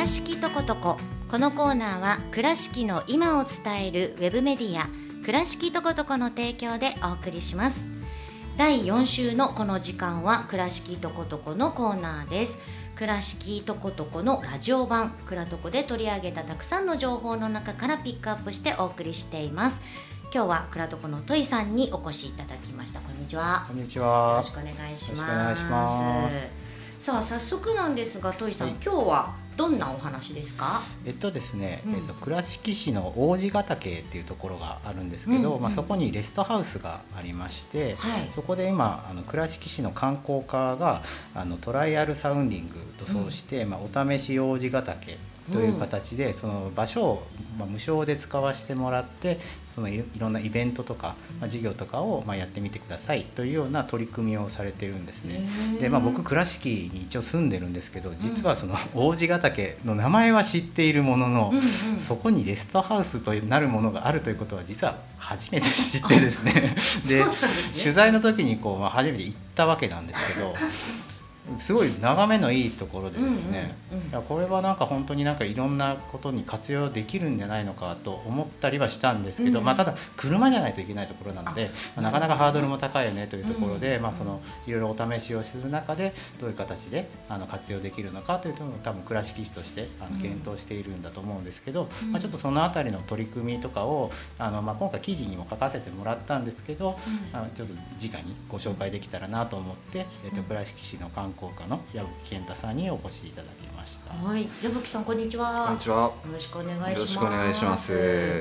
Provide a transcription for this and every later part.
倉敷とことこ。このコーナーは倉敷の今を伝えるウェブメディア倉敷とことこの提供でお送りします。第4週のこの時間は倉敷とことこのコーナーです。倉敷とことこのラジオ版くらとこで取り上げたたくさんの情報の中からピックアップしてお送りしています。今日はくらとこのといさんにお越しいただきました。こんにちは。 こんにちは。 よろしくお願いします。さあ早速なんですが、といさん、今日はどんなお話ですか？ ですね、倉敷市の王子ヶ岳っていうところがあるんですけど、そこにレストハウスがありまして、そこで今倉敷市の観光課がトライアルサウンディングと称して、お試し王子ヶ岳という形で、その場所を無償で使わせてもらって、そのいろんなイベントとか、事業とかをやってみてくださいというような取り組みをされてるんですね。で、僕倉敷に一応住んでるんですけど、実はその王子ヶ岳の名前は知っているものの、そこにレストハウスとなるものがあるということは実は初めて知ってですねで、取材の時に初めて行ったわけなんですけど、すごい眺めのいいところでですね、これは本当にいろんなことに活用できるんじゃないのかと思ったりはしたんですけど、ただ車じゃないといけないところなので、なかなかハードルも高いよねというところで、そのいろいろお試しをする中でどういう形で活用できるのかというのを多分倉敷市として検討しているんだと思うんですけど、ちょっとそのあたりの取り組みとかを今回記事にも書かせてもらったんですけど、ちょっと直にご紹介できたらなと思って、倉敷市の観光課の矢吹健太さんにお越しいただきました。 はい、矢吹さん、こんにちは。 こんにちは。 よろしくお願いします。 よろしくお願いします。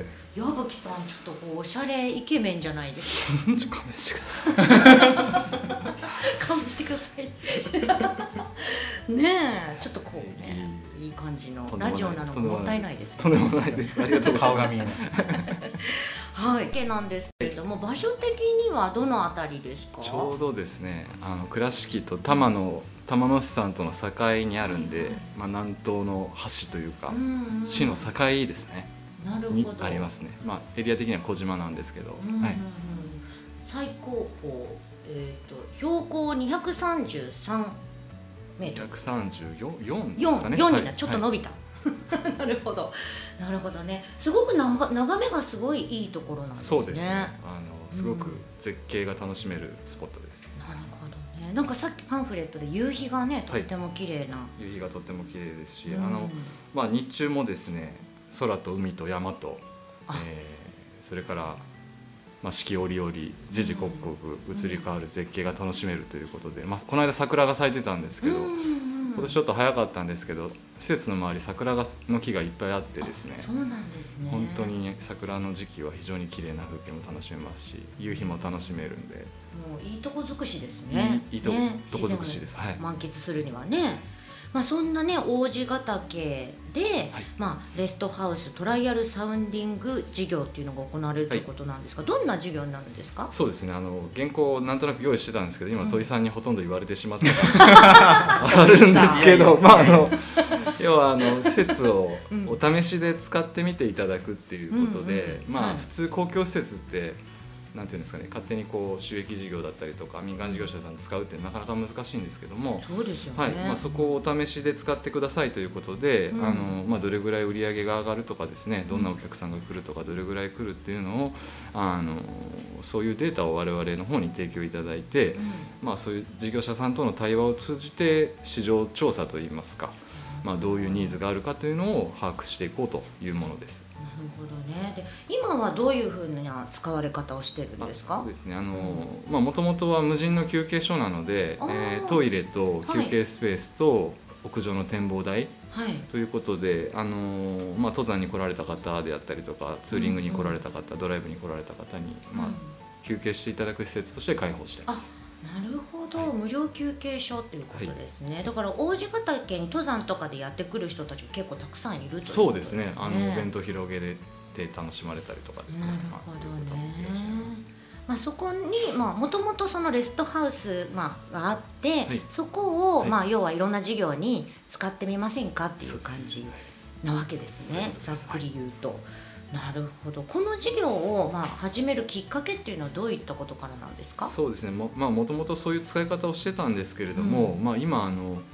矢吹さん、ちょっとおしゃれイケメンじゃないですか。 勘弁してください。 勘弁してください。ねえ、ちょっといい感じのラジオなのがもったいないですね。 とんでもないです。ありがとうございます。 はい、なんですけれども、場所的にはどのあたりですか？ ちょうどですね、倉敷と玉野市さんとの境にあるんで、南東の端というか、市の境ですね。 なるほど。 にありますね。エリア的には小島なんですけど、 最高峰、標高233メートル。 234ですかね。 4にな、ちょっと伸びた。なるほど、なるほどね。すごく眺めがすごいいいところなんですね。 そうですね。すごく絶景が楽しめるスポットです。 なるほどね。さっきパンフレットで夕日がね、とっても綺麗な。 夕日がとっても綺麗ですし、日中もですね、空と海と山と、それから四季折々時々刻々移り変わる絶景が楽しめるということで、この間桜が咲いてたんですけど、今年ちょっと早かったんですけど、施設の周り桜の木がいっぱいあってですね。 そうなんですね。 本当に桜の時期は非常に綺麗な風景も楽しめますし、夕日も楽しめるんで、 もういいとこ尽くしですね。 いいとこ尽くしです。はい。 満喫するにはね。そんなね、王子ヶ岳で、レストハウストライアルサウンディング事業っていうのが行われるということなんですが、どんな事業になるんですか？ そうですね、原稿をなんとなく用意してたんですけど、今戸井さんにほとんど言われてしまったあるんですけど、要は施設をお試しで使ってみていただくっていうことで、普通公共施設ってなんていうんですかね、勝手に収益事業だったりとか民間事業者さん使うってなかなか難しいんですけども、 そうですよね。 そこをお試しで使ってくださいということで、どれぐらい売り上げが上がるとかですね、どんなお客さんが来るとか、どれぐらい来るっていうのをそういうデータを我々の方に提供いただいて、そういう事業者さんとの対話を通じて市場調査といいますか、どういうニーズがあるかというのを把握していこうというものです。 なるほどね。で、今はどういうふうな使われ方をしてるんですか？ そうですね、もともとは無人の休憩所なので、トイレと休憩スペースと屋上の展望台ということで、登山に来られた方であったりとか、ツーリングに来られた方、ドライブに来られた方に、休憩していただく施設として開放しています。 なるほど、無料休憩所ということですね。だから王子ヶ岳に登山とかでやってくる人たちが結構たくさんいるということですね。 そうですね。お弁当広げて楽しまれたりとかですね。 なるほどね。そこにもともとそのレストハウスがあって、そこを要はいろんな事業に使ってみませんかっていう感じなわけですね。ざっくり言うと。なるほど。この事業を始めるきっかけっていうのはどういったことからなんですか？ そうですね。もともとそういう使い方をしてたんですけれども、今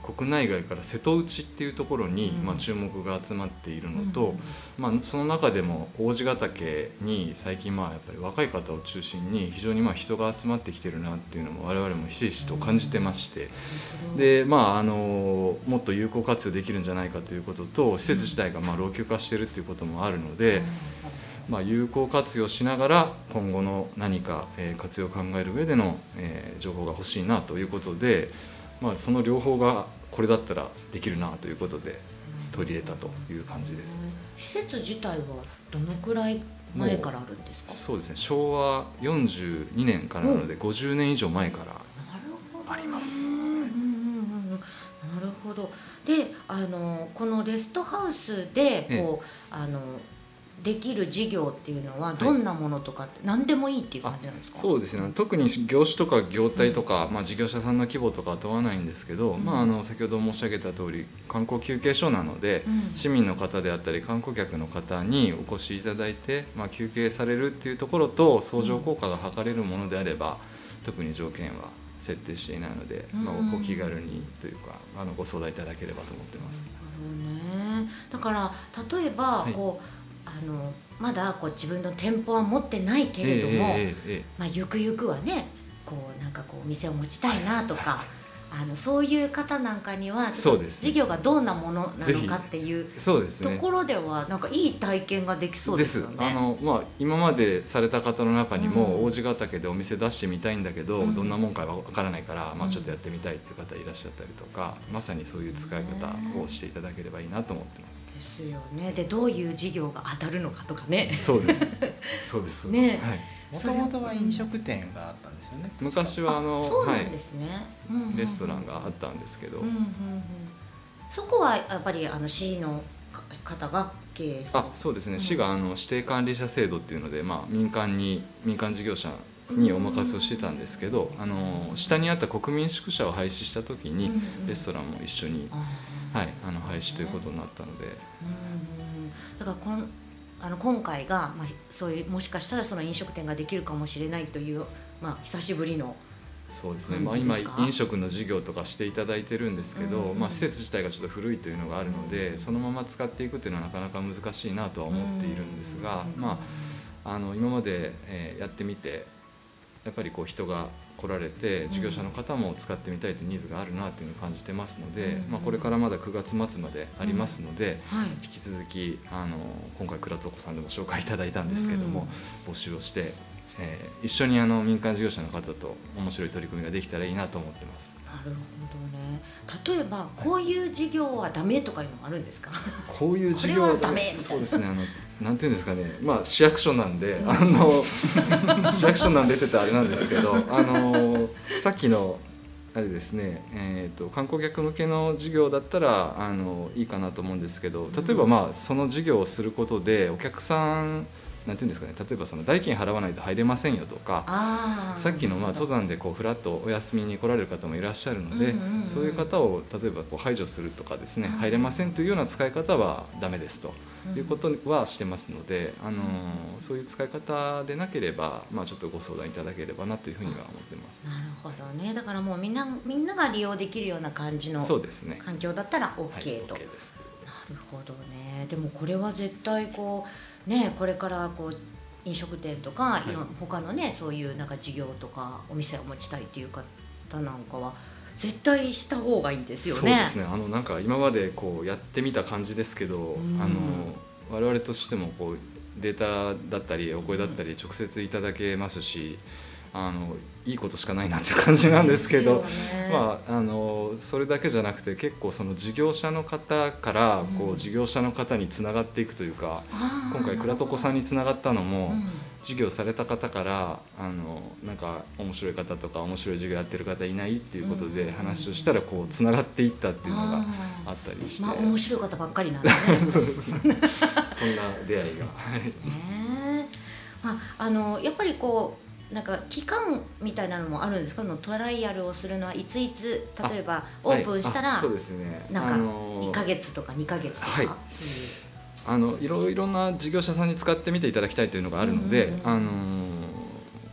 国内外から瀬戸内っていうところに、注目が集まっているのと、その中でも王子ヶ岳に最近やっぱり若い方を中心に非常に人が集まってきてるなっていうのも我々もひしひしと感じてまして、でもっと有効活用できるんじゃないかということと、施設自体が老朽化してるっていうこともあるので、有効活用しながら今後の何か活用を考える上での情報が欲しいなということで、その両方がこれだったらできるなということで取り入れたという感じです。 施設自体はどのくらい前からあるんですか？ そうですね、昭和42年からなので50年以上前からあります。 なるほど。で、このレストハウスでできる事業っていうのはどんなものとかって何でもいいっていう感じなんですか？ そうですね、特に業種とか業態とか、事業者さんの規模とかは問わないんですけど、先ほど申し上げた通り観光休憩所なので、市民の方であったり観光客の方にお越しいただいて、休憩されるっていうところと相乗効果が図れるものであれば、特に条件は設定していないので、お気軽にというかご相談いただければと思ってます。 なるほどね。だから例えばまだ自分の店舗は持ってないけれども、ゆくゆくはねお店を持ちたいなとか、そういう方なんかには事業がどんなものなのかっていうところではいい体験ができそうですよね。 今までされた方の中にも、王子ヶ岳でお店出してみたいんだけど、どんなもんかわからないから、ちょっとやってみたいっていう方いらっしゃったりとか、まさにそういう使い方をしていただければいいなと思ってます。 ですよね。でどういう事業が当たるのかとかね。 そうですそうですね。 もともとは飲食店があったんですよね。 昔はそうなんですね。 レストランがあったんですけど、 そこはやっぱり市の方が経営されて。 そうですね、市が指定管理者制度っていうので、民間事業者にお任せをしてたんですけど、下にあった国民宿舎を廃止した時にレストランも一緒に廃止ということになったので、 だから今回が、そういうもしかしたらその飲食店ができるかもしれないという、久しぶりの。 そうですね、今飲食の事業とかしていただいてるんですけど、施設自体がちょっと古いというのがあるので、そのまま使っていくというのはなかなか難しいなとは思っているんですが、今までやってみてやっぱり人が来られて、事業者の方も使ってみたいというニーズがあるなというのを感じてますので、これからまだ9月末までありますので、引き続き今回倉床さんでも紹介いただいたんですけども、募集をして、一緒に民間事業者の方と面白い取り組みができたらいいなと思ってます。 なるほどね。例えばこういう事業はダメとかいうのもあるんですか？ こういう事業はダメ。そうですね、なんていうんですかね、市役所なんで、市役所なんでって言ったらあれなんですけど、さっきのあれですね、観光客向けの事業だったらいいかなと思うんですけど、例えばその事業をすることでお客さんなんていうんですかね、例えば代金払わないと入れませんよとか、さっきの登山でフラッとお休みに来られる方もいらっしゃるので、そういう方を例えば排除するとかですね、入れませんというような使い方はダメですということはしてますので、そういう使い方でなければ、ちょっとご相談いただければなというふうには思ってます。 なるほどね。だからもうみんなが利用できるような感じの環境だったら OK と。 OK です。 なるほどね。でもこれは絶対これから飲食店とか、他のねそういう事業とかお店を持ちたいっていう方なんかは絶対した方がいいですよね。 そうですね。今までやってみた感じですけど、我々としてもデータだったりお声だったり直接いただけますし、いいことしかないなっていう感じなんですけど、それだけじゃなくて結構その事業者の方から事業者の方につながっていくというか、今回倉床さんにつながったのも、事業された方からなんか面白い方とか面白い事業やってる方いないっていうことで話をしたらつながっていったっていうのがあったりして、 面白い方ばっかりなんですね。 そうですそんな出会いがやっぱり期間みたいなのもあるんですか？トライアルをするのはいついつ、例えばオープンしたら、 そうですね、 1ヶ月とか2ヶ月とか、 いろいろな事業者さんに使ってみていただきたいというのがあるので、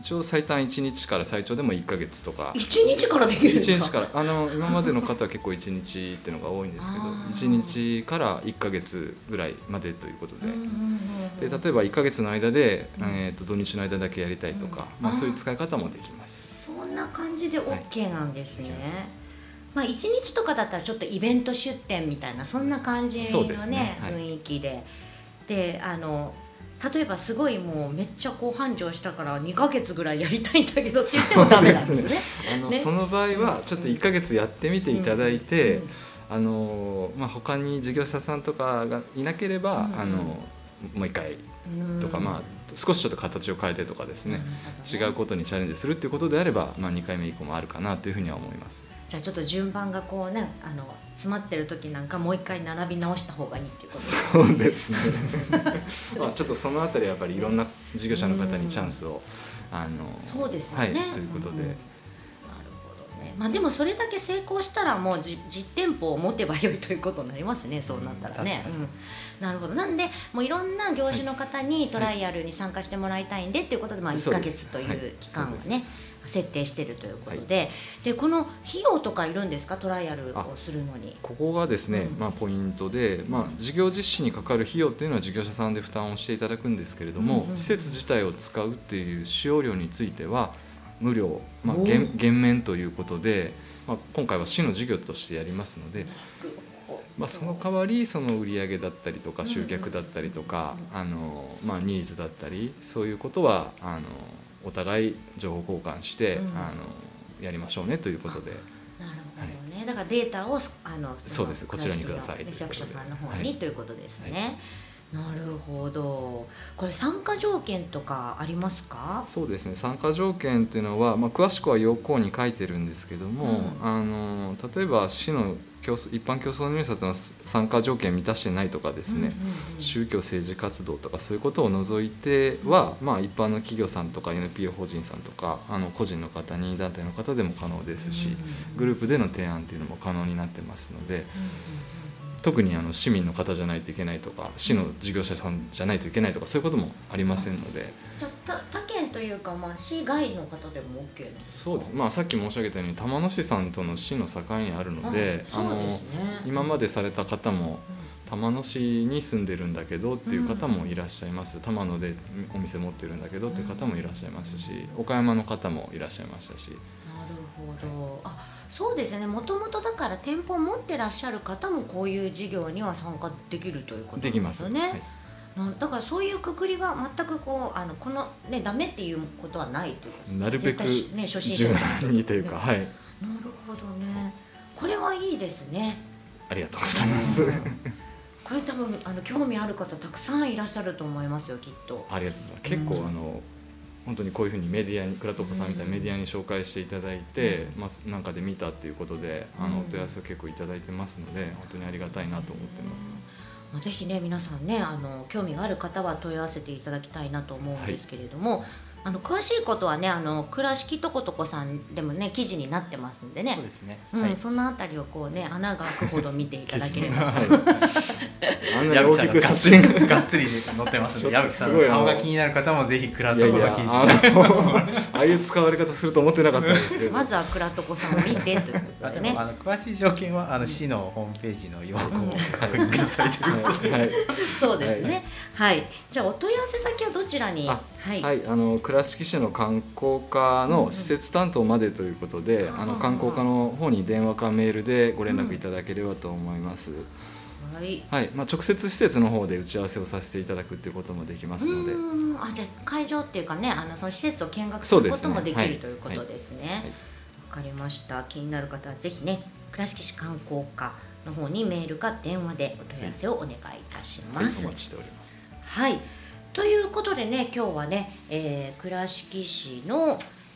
一応最短1日から最長でも1ヶ月とか。 1日からできるんですか？ 1日から今までの方は結構1日っていうのが多いんですけど1日から1ヶ月ぐらいまでということで、例えば1ヶ月の間で、土日の間だけやりたいとか、そういう使い方もできます。 そんな感じで OK なんですね。1日とかだったらちょっとイベント出店みたいなそんな感じのね雰囲気で、で例えばすごいもうめっちゃ繁盛したから2ヶ月ぐらいやりたいんだけどって言ってもダメなんですね。 その場合はちょっと1ヶ月やってみていただいて、他に事業者さんとかがいなければ、もう1回とか、少しちょっと形を変えてとかですね、違うことにチャレンジするっていうことであれば、2回目以降もあるかなというふうには思います。 じゃあちょっと順番が詰まってる時なんかもう一回並び直した方がいいっていうことですね。 そうですねちょっとそのあたりやっぱりいろんな事業者の方にチャンスをそうですよね、 ということで、 なるほどね。でもそれだけ成功したらもう実店舗を持てばよいということになりますね、そうなったらね。なるほど。なんでもういろんな業種の方にトライアルに参加してもらいたいんでっていうことで、1ヶ月という期間をね、設定しているということで、でこの費用とかいるんですか、トライアルをするのに。 ここがですね、ポイントで、事業実施にかかる費用というのは事業者さんで負担をしていただくんですけれども、施設自体を使うっていう使用料については無料、減免ということで、今回は市の事業としてやりますので、その代わりその売上だったりとか集客だったりとか、ニーズだったりそういうことはお互い情報交換して、やりましょうねということで。 なるほどね。だからデータをそうです、こちらにください市役所さんの方にということですね。なるほど。これ参加条件とかありますか？ そうですね、参加条件というのは、詳しくは要項に書いてるんですけども、例えば市の一般競争入札の参加条件満たしてないとかですね、宗教政治活動とかそういうことを除いては、一般の企業さんとか NPO 法人さんとか個人の方任意団体の方でも可能ですし、グループでの提案っていうのも可能になってますので、特に市民の方じゃないといけないとか市の事業者さんじゃないといけないとかそういうこともありませんので。 じゃあ他県というか、市外の方でも OK ですか？ そうです、さっき申し上げたように玉野市さんとの市の境にあるので、今までされた方も玉野市に住んでるんだけどっていう方もいらっしゃいます。玉野でお店持ってるんだけどっていう方もいらっしゃいますし、岡山の方もいらっしゃいましたし。 なるほど。そうですね。もともとだから店舗を持ってらっしゃる方もこういう事業には参加できるということですよね。 できます。 だからそういうくくりが全くこのねダメっていうことはないということですね。 なるべくね初心者にというか、なるほどね。これはいいですね。 ありがとうございます。 これ多分興味ある方たくさんいらっしゃると思いますよ、きっと。 ありがとうございます。結構本当にこういうふうにメディアに倉床さんみたいなメディアに紹介していただいて、なんかで見たっていうことでお問い合わせを結構いただいてますので、本当にありがたいなと思ってます。 ぜひね皆さんね興味がある方は問い合わせていただきたいなと思うんですけれども、詳しいことはね倉敷とことこさんでもね記事になってますんでね。 そうですね。 そのあたりを穴が開くほど見ていただければ。 あんなに大きく写真がっつり載ってますので、矢吹さんの顔が気になる方もぜひ倉床の記事ああいう使われ方すると思ってなかったんですけど。 まずは倉床さんを見てということでね。 詳しい条件は市のホームページの要項を確認くださいということで。 そうですね。はい。じゃあお問い合わせ先はどちらに？ 倉敷市の観光課の施設担当までということで、観光課の方に電話かメールでご連絡いただければと思います。直接施設の方で打ち合わせをさせていただくということもできますので。 じゃあ会場っていうかねその施設を見学することもできるということですね。わかりました。気になる方はぜひね倉敷市観光課の方にメールか電話でお問い合わせをお願いいたします。 お待ちしております。 ということでね今日はね、倉敷市の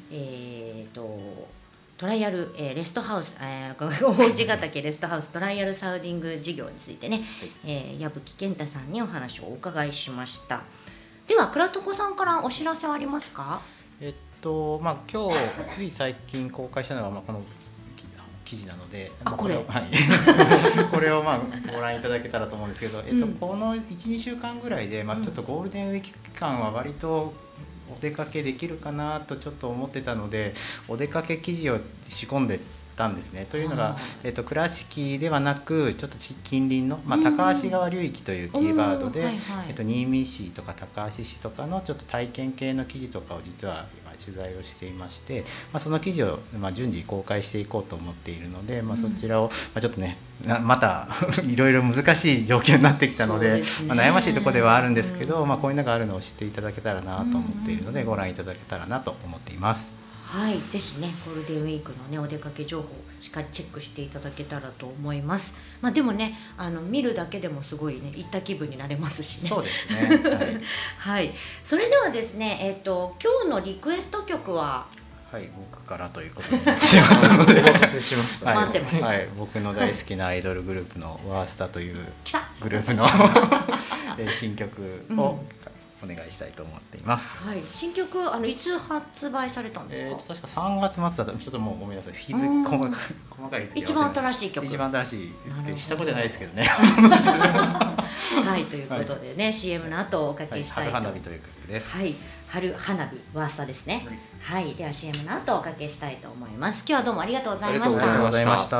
トライアル、レストハウス、王子ヶ岳レストハウストライアルサウディング事業についてね、矢吹健太さんにお話をお伺いしました。では倉床さんからお知らせはありますか？ 今日つい最近公開したのはこの記事なので、 これこれをご覧いただけたらと思うんですけど、この 1,2 週間ぐらいで、ちょっとゴールデンウィーク期間は割とお出かけできるかなとちょっと思ってたので、お出かけ記事を仕込んでたんですね。というのが、倉敷ではなくちょっと近隣の、高梁川流域というキーワードで、新見市とか高梁市とかのちょっと体験系の記事とかを実は今取材をしていまして、その記事を順次公開していこうと思っているので、そちらをちょっとねまたいろいろ難しい状況になってきたので、悩ましいところではあるんですけど、こういうのがあるのを知っていただけたらなと思っているので、ご覧いただけたらなと思っています。 はい、ぜひねゴールデンウィークのねお出かけ情報をしっかりチェックしていただけたらと思います。でもね見るだけでもすごいね行った気分になれますしね。 そうですね。はい、 はい、それではですね今日のリクエスト曲は。 はい、僕からということになってしまったのでお任せしました。 待ってました。 はい、僕の大好きなアイドルグループのワースタというグループの新曲をお願いしたいと思っています。 はい、新曲いつ発売されたんですか？ 確か3月末だった。ちょっともうごめんなさい。日付細かい日付。 一番新しい曲。 一番新しいってしたことじゃないですけどね。 はい、ということでね、CM の後おかけしたいと。 春花火という曲です。 はい、春花火ワースタですね。はい、では CM の後おかけしたいと思います。今日はどうもありがとうございました。 ありがとうございました。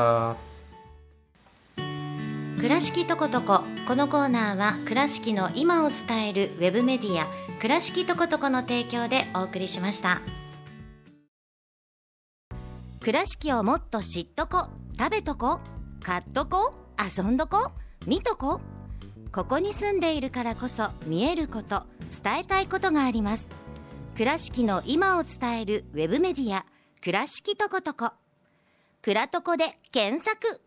倉敷とことこ。このコーナーは倉敷の今を伝えるウェブメディア倉敷とことこの提供でお送りしました。倉敷をもっと知っとこ、食べとこ、買っとこ、遊んどこ、見とこ。ここに住んでいるからこそ見えること、伝えたいことがあります。倉敷の今を伝えるウェブメディア倉敷とことこ。くらとこで検索。